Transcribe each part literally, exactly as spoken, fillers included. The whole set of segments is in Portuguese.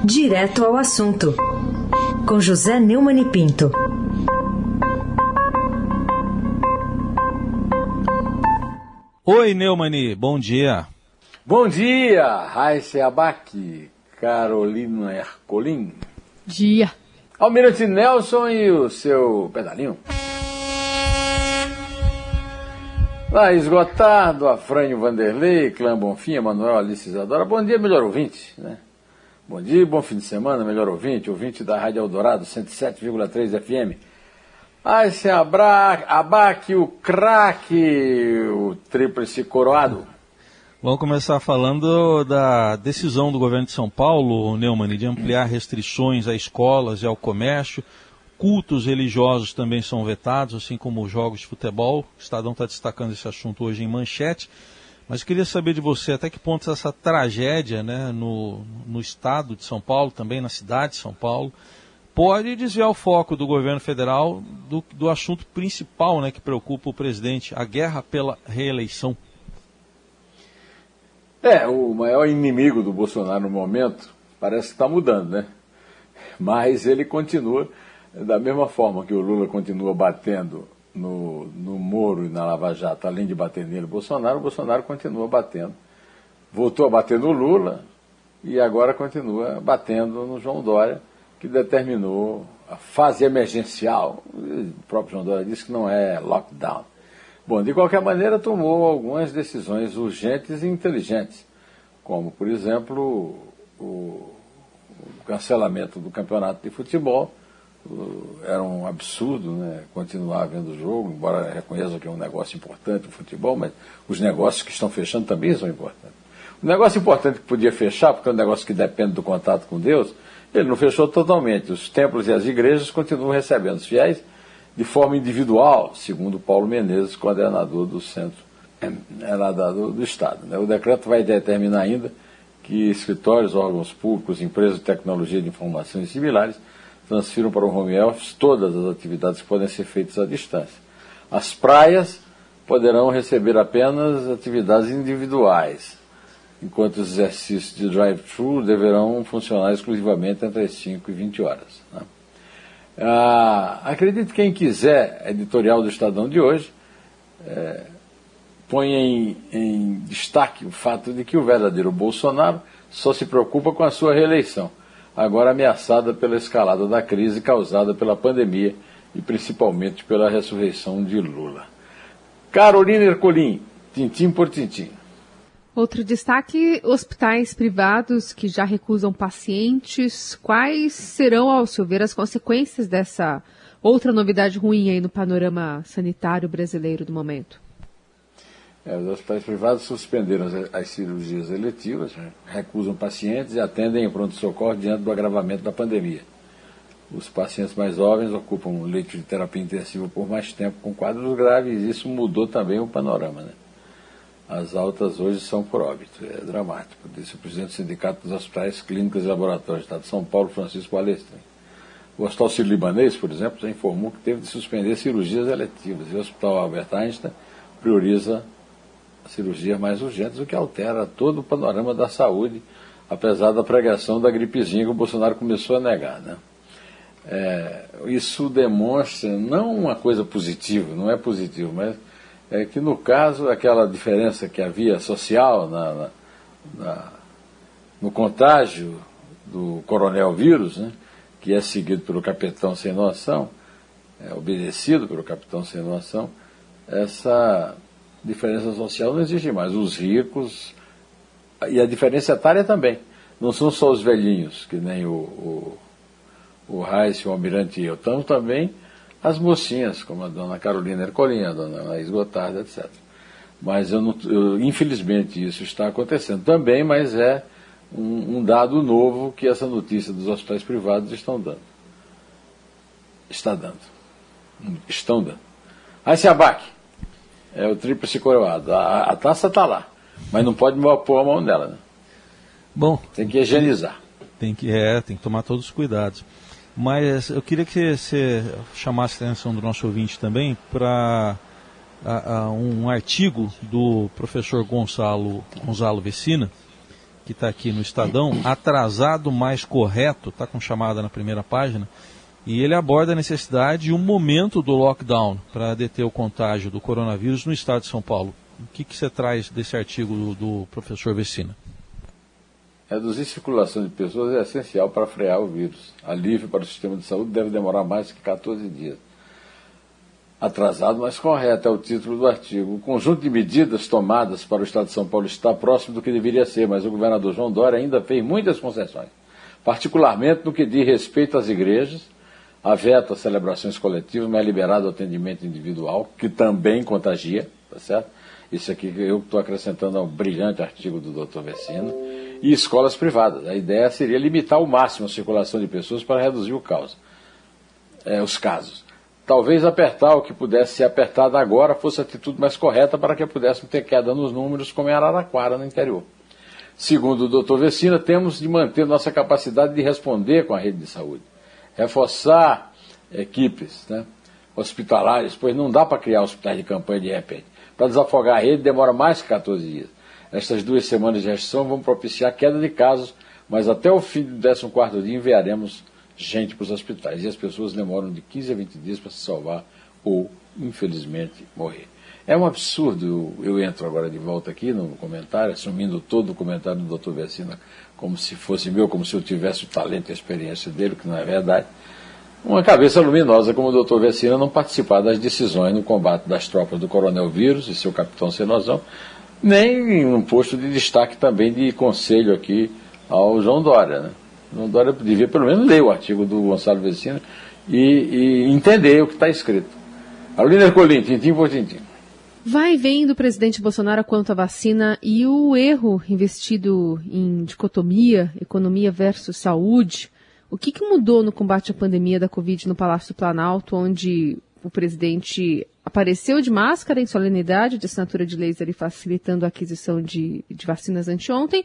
Direto ao assunto, com José Neumann e Pinto. Oi, Neumann, bom dia. Bom dia, Raíssa Abac, Carolina Ercolim. Dia. Almirante Nelson e o seu pedalinho. Lá esgotado, Afrânio Vanderlei, Clã Bonfim, Emanuel Alice Isadora. Bom dia, melhor ouvinte, né? Bom dia, bom fim de semana, melhor ouvinte, ouvinte da Rádio Eldorado, cento e sete vírgula três F M. Ai, se abra, abaque o craque, o tríplice coroado. Vamos começar falando da decisão do governo de São Paulo, Neumann, de ampliar restrições a escolas e ao comércio. Cultos religiosos também são vetados, assim como jogos de futebol. O Estadão está destacando esse assunto hoje em manchete. Mas eu queria saber de você até que ponto essa tragédia, né, no, no estado de São Paulo, também na cidade de São Paulo, pode desviar o foco do governo federal do, do assunto principal, né, que preocupa o presidente, a guerra pela reeleição. É, o maior inimigo do Bolsonaro no momento parece que está mudando, né? Mas ele continua da mesma forma que o Lula continua batendo no, no Moro e na Lava Jato, além de bater nele, o Bolsonaro, o Bolsonaro continua batendo. Voltou a bater no Lula e agora continua batendo no João Dória, que determinou a fase emergencial. O próprio João Dória disse que não é lockdown. Bom, de qualquer maneira, tomou algumas decisões urgentes e inteligentes, como, por exemplo, o, o cancelamento do campeonato de futebol. Era um absurdo, né, continuar vendo o jogo, embora reconheça que é um negócio importante o futebol, mas os negócios que estão fechando também são importantes. O negócio importante que podia fechar, porque é um negócio que depende do contato com Deus, ele não fechou totalmente. Os templos e as igrejas continuam recebendo os fiéis de forma individual, segundo Paulo Menezes, coordenador do Centro do, do Estado. Né? O decreto vai determinar ainda que escritórios, órgãos públicos, empresas de tecnologia de informação e similares transfiram para o home office todas as atividades que podem ser feitas à distância. As praias poderão receber apenas atividades individuais, enquanto os exercícios de drive-thru deverão funcionar exclusivamente entre as cinco e vinte horas. Né? Ah, acredito que quem quiser, editorial do Estadão de hoje, é, põe em, em destaque o fato de que o verdadeiro Bolsonaro só se preocupa com a sua reeleição, agora ameaçada pela escalada da crise causada pela pandemia e principalmente pela ressurreição de Lula. Carolina Ercolim, tintim por tintim. Outro destaque, hospitais privados que já recusam pacientes. Quais serão, ao seu ver, as consequências dessa outra novidade ruim aí no panorama sanitário brasileiro do momento? É, os hospitais privados suspenderam as, as cirurgias eletivas, né, recusam pacientes e atendem em pronto-socorro diante do agravamento da pandemia. Os pacientes mais jovens ocupam um leito de terapia intensiva por mais tempo com quadros graves e isso mudou também o panorama, né? As altas hoje são por óbito, é dramático, disse o presidente do Sindicato dos Hospitais Clínicas e Laboratórios do Estado de São Paulo, Francisco Balestrin. O Hospital Sírio-Libanês, por exemplo, já informou que teve de suspender cirurgias eletivas e o Hospital Albert Einstein prioriza cirurgias mais urgentes, o que altera todo o panorama da saúde, apesar da pregação da gripezinha que o Bolsonaro começou a negar, né? É, isso demonstra não uma coisa positiva, não é positivo, mas é que no caso aquela diferença que havia social na, na, na, no contágio do coronel vírus, né, que é seguido pelo capitão sem noção, é obedecido pelo capitão sem noção, essa diferença social não existe mais. Os ricos, e a diferença etária também, não são só os velhinhos, que nem o, o, o Reis, o Almirante e eu, estão também as mocinhas, como a dona Carolina Ercolim, a dona Laís Gotardo, etcétera. Mas, eu não, eu, infelizmente, isso está acontecendo também, mas é um, um dado novo que essa notícia dos hospitais privados estão dando. Está dando. Estão dando. Aí se abaque. É o tríplice coroado. A, a taça está lá, mas não pode pôr a mão nela, né? Bom, tem que higienizar. Tem que, é, tem que tomar todos os cuidados. Mas eu queria que você chamasse a atenção do nosso ouvinte também para um artigo do professor Gonçalo, Gonzalo Vecina, que está aqui no Estadão, Atrasado Mais Correto, está com chamada na primeira página, e ele aborda a necessidade e o momento do lockdown para deter o contágio do coronavírus no estado de São Paulo. O que, que você traz desse artigo do, do professor Vecina? Reduzir a circulação de pessoas é essencial para frear o vírus. Alívio para o sistema de saúde deve demorar mais que quatorze dias. Atrasado, mas correto é o título do artigo. O conjunto de medidas tomadas para o estado de São Paulo está próximo do que deveria ser, mas o governador João Dória ainda fez muitas concessões, particularmente no que diz respeito às igrejas, a veto às celebrações coletivas, mas é liberado o atendimento individual, que também contagia, tá certo? Isso aqui que eu estou acrescentando ao brilhante artigo do doutor Vecina. E escolas privadas. A ideia seria limitar ao máximo a circulação de pessoas para reduzir o caos, é, os casos. Talvez apertar o que pudesse ser apertado agora fosse a atitude mais correta para que pudéssemos ter queda nos números, como em Araraquara, no interior. Segundo o doutor Vecina, temos de manter nossa capacidade de responder com a rede de saúde. Reforçar equipes, né, hospitalares, pois não dá para criar hospitais de campanha de repente. Para desafogar a rede demora mais que quatorze dias. Estas duas semanas de restrição vão propiciar queda de casos, mas até o fim do décimo quarto dia enviaremos gente para os hospitais. E as pessoas demoram de quinze a vinte dias para se salvar ou, infelizmente, morrer. É um absurdo, eu, eu entro agora de volta aqui no comentário, assumindo todo o comentário do doutor Vecina como se fosse meu, como se eu tivesse o talento e a experiência dele, que não é verdade. Uma cabeça luminosa como o doutor Vecina não participar das decisões no combate das tropas do coronel Vírus e seu capitão Senozão, nem um posto de destaque também de conselho aqui ao João Dória, né? O João Dória devia pelo menos ler o artigo do Gonçalo Vecina e, e entender o que está escrito. Carolina Ercolim, tintim por tintim. Vai vendo o presidente Bolsonaro quanto à vacina e o erro investido em dicotomia, economia versus saúde. O que, que mudou no combate à pandemia da Covid no Palácio do Planalto, onde o presidente apareceu de máscara em solenidade de assinatura de leis ali facilitando a aquisição de, de vacinas anteontem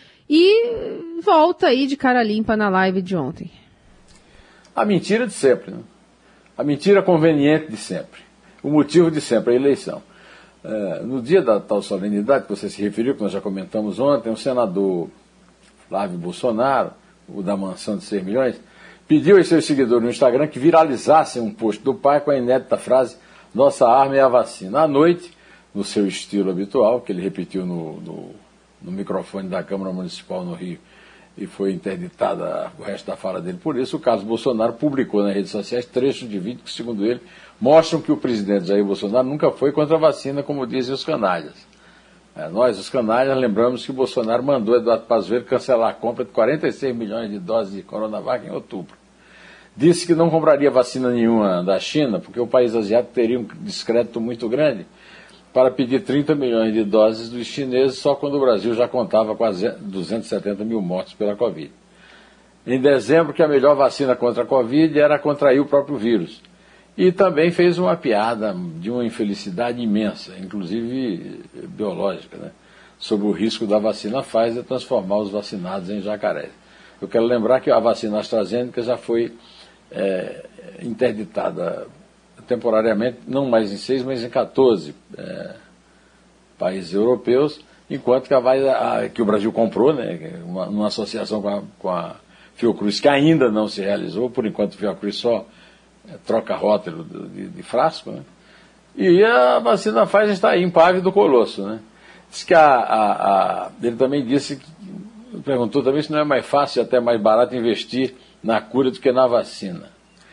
e volta aí de cara limpa na live de ontem? A mentira de sempre, né? A mentira conveniente de sempre. O motivo de sempre, a eleição. É, no dia da tal solenidade que você se referiu, que nós já comentamos ontem, o senador Flávio Bolsonaro, o da mansão de seis milhões, pediu aos seus seguidores no Instagram que viralizassem um post do pai com a inédita frase: nossa arma é a vacina. À noite, no seu estilo habitual, que ele repetiu no, no, no microfone da Câmara Municipal no Rio, e foi interditada o resto da fala dele por isso, o Carlos Bolsonaro publicou nas redes sociais trechos de vídeo que, segundo ele, mostram que o presidente Jair Bolsonaro nunca foi contra a vacina, como dizem os canalhas. É, nós, os canalhas, lembramos que o Bolsonaro mandou Eduardo Pazuello cancelar a compra de quarenta e seis milhões de doses de Coronavac em outubro. Disse que não compraria vacina nenhuma da China, porque o país asiático teria um descrédito muito grande para pedir trinta milhões de doses dos chineses só quando o Brasil já contava com as duzentos e setenta mil mortes pela Covid. Em dezembro, que a melhor vacina contra a Covid era contrair o próprio vírus. E também fez uma piada de uma infelicidade imensa, inclusive biológica, né, sobre o risco da vacina Pfizer transformar os vacinados em jacarés. Eu quero lembrar que a vacina AstraZeneca já foi é, interditada temporariamente, não mais em seis, mas em quatorze é, países europeus, enquanto que, a, a, que o Brasil comprou, né, uma, uma associação com a, com a Fiocruz, que ainda não se realizou, por enquanto a Fiocruz só é, troca rótulo de, de frasco, né, e a vacina Pfizer está aí, impávido colosso, né. Diz que a, a, a, ele também disse, que, perguntou também se não é mais fácil e até mais barato investir na cura do que na vacina.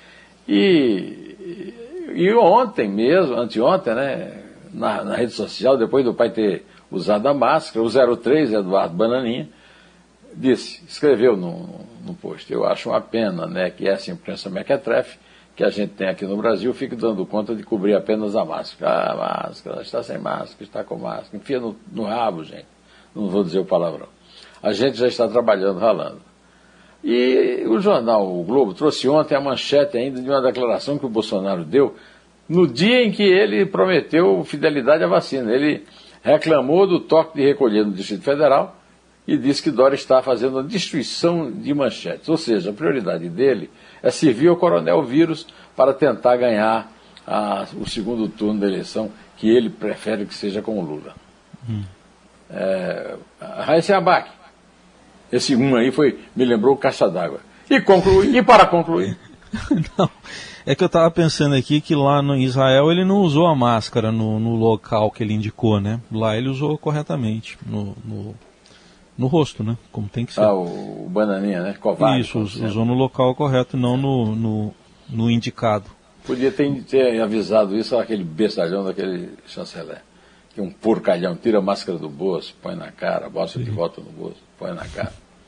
E... E ontem mesmo, anteontem, né, na, na rede social, depois do pai ter usado a máscara, o zero três, Eduardo Bananinha, disse, escreveu no, no post: eu acho uma pena, né, que essa imprensa mequetrefe que a gente tem aqui no Brasil fique dando conta de cobrir apenas a máscara. Ah, a máscara, está sem máscara, está com máscara. Enfia no, no rabo, gente. Não vou dizer o palavrão. A gente já está trabalhando, ralando. E o jornal O Globo trouxe ontem a manchete ainda de uma declaração que o Bolsonaro deu no dia em que ele prometeu fidelidade à vacina. Ele reclamou do toque de recolher no Distrito Federal e disse que Dória está fazendo a destruição de manchetes. Ou seja, a prioridade dele é servir ao coronel Vírus para tentar ganhar a, o segundo turno da eleição, que ele prefere que seja com o Lula. Hum. É, Raíssa Abac. Esse um aí foi, me lembrou o Caixa d'Água. E concluir, e para concluir. Não, é que eu estava pensando aqui que lá no Israel ele não usou a máscara no, no local que ele indicou, né? Lá ele usou corretamente, no, no, no rosto, né? Como tem que ser. Ah, o, o bananinha, né? Covarde. Isso, usou no local correto, não no, no, no indicado. Podia ter, ter avisado isso àquele bestalhão daquele chanceler. Que é um porcalhão, tira a máscara do bolso, põe na cara, bota de volta no bolso, põe na cara.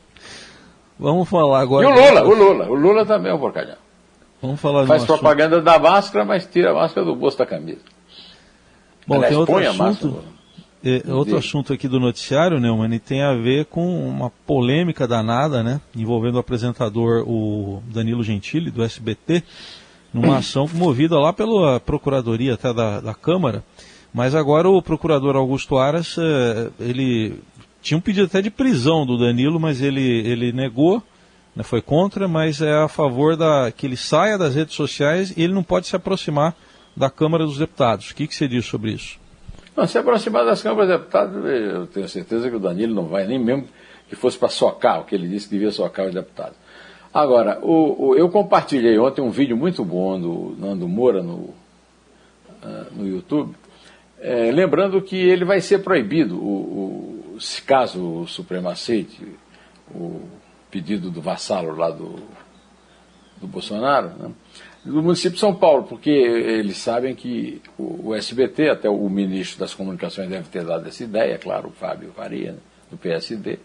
Vamos falar agora... E o Lula, o Lula, o Lula também é um porcalhão. Vamos falar Faz de um propaganda assunto... da máscara, mas tira a máscara do bolso da camisa. Bom, Aliás, tem outro põe a assunto, máscara. é, outro assunto aqui do noticiário, Neumann, e tem a ver com uma polêmica danada, né, envolvendo o apresentador, o Danilo Gentili, do S B T, numa ação movida lá pela Procuradoria até da, da Câmara, mas agora o procurador Augusto Aras, é, ele tinha um pedido até de prisão do Danilo, mas ele, ele negou, né, foi contra, mas é a favor da, que ele saia das redes sociais e ele não pode se aproximar da Câmara dos Deputados. O que, que você diz sobre isso? Não, se aproximar das câmaras de deputados, eu tenho certeza que o Danilo não vai, nem mesmo que fosse para socar, o que ele disse que devia socar os deputados. Agora, o, o, eu compartilhei ontem um vídeo muito bom do Nando Moura no, uh, no YouTube, é, lembrando que ele vai ser proibido, o, o, se caso o Supremo aceite o pedido do vassalo lá do, do Bolsonaro, né, do município de São Paulo, porque eles sabem que o, o S B T, até o ministro das Comunicações deve ter dado essa ideia, claro, o Fábio Faria, né, do P S D,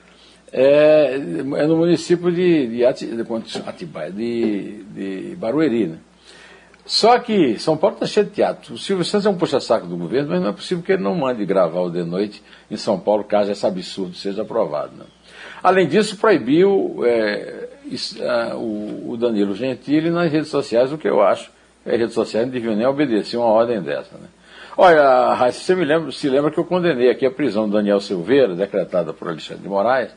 é, é no município de, de, Atibaia, de, de Barueri, né? Só que São Paulo está cheio de teatro. O Silvio Santos é um puxa-saco do governo, mas não é possível que ele não mande gravar o de noite em São Paulo, caso esse absurdo seja aprovado, né? Além disso, proibiu é, isso, a, o, o Danilo Gentili nas redes sociais, o que eu acho que as redes sociais não deviam nem obedecer uma ordem dessa, né? Olha, Raíssa, você me lembra, se lembra que eu condenei aqui a prisão do Daniel Silveira, decretada por Alexandre de Moraes,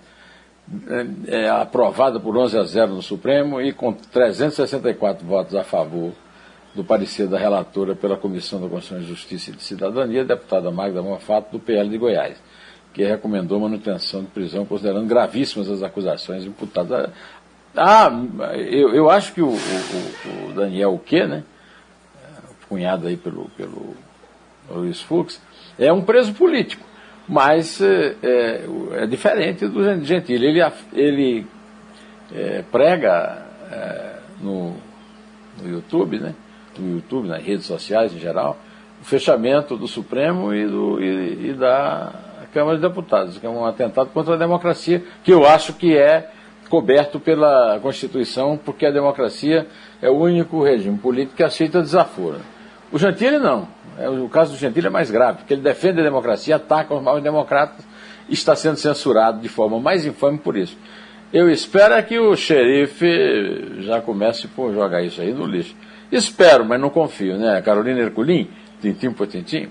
é, é, aprovada por onze a zero no Supremo e com trezentos e sessenta e quatro votos a favor do parecer da relatora pela Comissão da Constituição e Justiça e de Cidadania, a deputada Magda Mofato, do P L de Goiás, que recomendou manutenção de prisão, considerando gravíssimas as acusações imputadas. Ah, eu, eu acho que o, o, o Daniel o quê, né? Cunhado aí pelo, pelo Luiz Fux, é um preso político, mas é, é, é diferente do Gentili. Ele, ele é, prega é, no, no YouTube, né? No YouTube, nas redes sociais em geral, o fechamento do Supremo e, do, e, e da Câmara de Deputados, que é um atentado contra a democracia, que eu acho que é coberto pela Constituição, porque a democracia é o único regime político que aceita desaforo. O Gentili não. O caso do Gentili é mais grave, porque ele defende a democracia, ataca os maus democratas e está sendo censurado de forma mais infame por isso. Eu espero é que o xerife já comece por jogar isso aí no lixo. Espero, mas não confio, né? Carolina Herculin, tintim por tintim.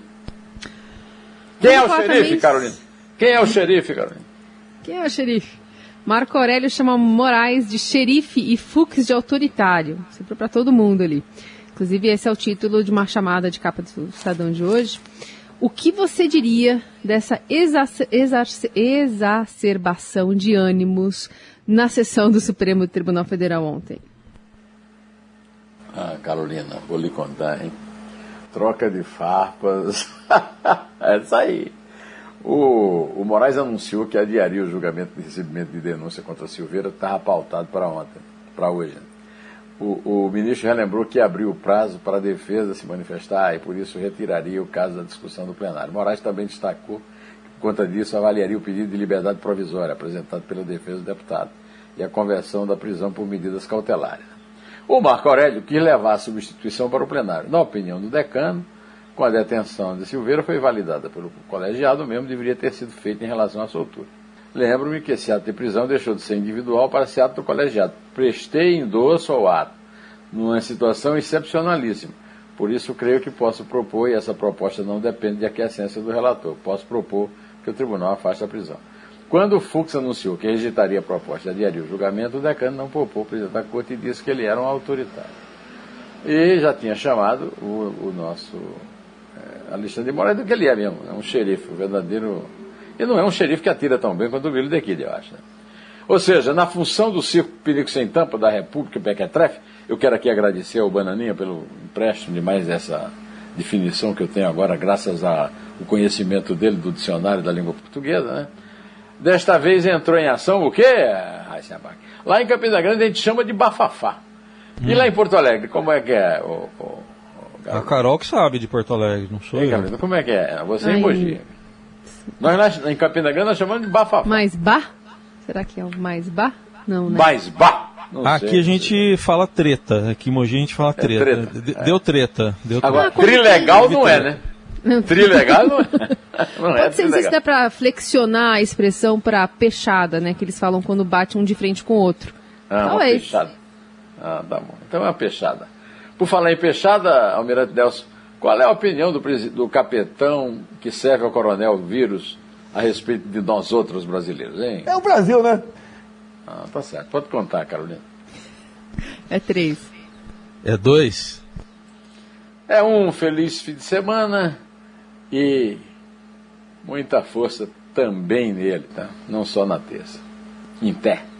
Quem é o xerife, também... Carolina? Quem é o xerife, Carolina? Quem é o xerife? Marco Aurélio chama Moraes de xerife e Fux de autoritário. Sempre para todo mundo ali. Inclusive, esse é o título de uma chamada de capa do Estadão de hoje. O que você diria dessa exacer- exacer- exacerbação de ânimos na sessão do Supremo Tribunal Federal ontem? Ah, Carolina, vou lhe contar, hein? Troca de farpas. É isso aí. O, o Moraes anunciou que adiaria o julgamento de recebimento de denúncia contra Silveira, estava pautado para ontem, para hoje. O, o ministro relembrou que abriu o prazo para a defesa se manifestar e por isso retiraria o caso da discussão do plenário. Moraes também destacou que, por conta disso, avaliaria o pedido de liberdade provisória apresentado pela defesa do deputado e a conversão da prisão por medidas cautelares. O Marco Aurélio quis levar a substituição para o plenário. Na opinião do decano, com a detenção de Silveira foi validada pelo colegiado, mesmo deveria ter sido feito em relação à soltura. Lembro-me que esse ato de prisão deixou de ser individual para ser ato do colegiado. Prestei endosso ao ato, numa situação excepcionalíssima. Por isso, creio que posso propor, e essa proposta não depende de aquiescência do relator, posso propor que o tribunal afaste a prisão. Quando o Fux anunciou que rejeitaria a proposta e adiaria o julgamento, o decano não poupou o presidente da corte e disse que ele era um autoritário. E já tinha chamado o, o nosso é, Alexandre de Moraes do que ele é mesmo, é um xerife, um verdadeiro... E não é um xerife que atira tão bem quanto o Vilo de Quilha, eu acho, né? Ou seja, na função do circo Perico Sem Tampa da República Mequetrefe, eu quero aqui agradecer ao Bananinha pelo empréstimo de mais essa definição que eu tenho agora, graças ao conhecimento dele do dicionário da língua portuguesa, né? Desta vez entrou em ação o quê, Raíssa? Lá em Campina Grande a gente chama de bafafá. E hum. lá em Porto Alegre, como é que é? O, o, o a Carol que sabe de Porto Alegre, não sou Ei, eu. Carolina, como é que é? Você em Mogi. Nós em Campina Grande nós chamamos de bafafá. Mais bar? Será que é o mais bar? Não, né? Mais bar? Não Aqui sei, a gente fala treta. Aqui em Mogi a gente fala treta. É treta. De, é. Deu treta. Deu Agora, treta. trilegal não é, né? Trilegal não é. Não Pode é ser, não sei se dá pra flexionar a expressão pra peixada, né? Que eles falam quando bate um de frente com o outro. Ah, uma Talvez. peixada. Ah, tá bom. Então é uma peixada. Por falar em peixada, Almirante Delcio, qual é a opinião do, do capitão que serve ao coronel Vírus a respeito de nós outros brasileiros, hein? É o Brasil, né? Ah, tá certo. Pode contar, Carolina. É três. É dois? É um feliz fim de semana e muita força também nele, tá? Não só na terça. Em pé.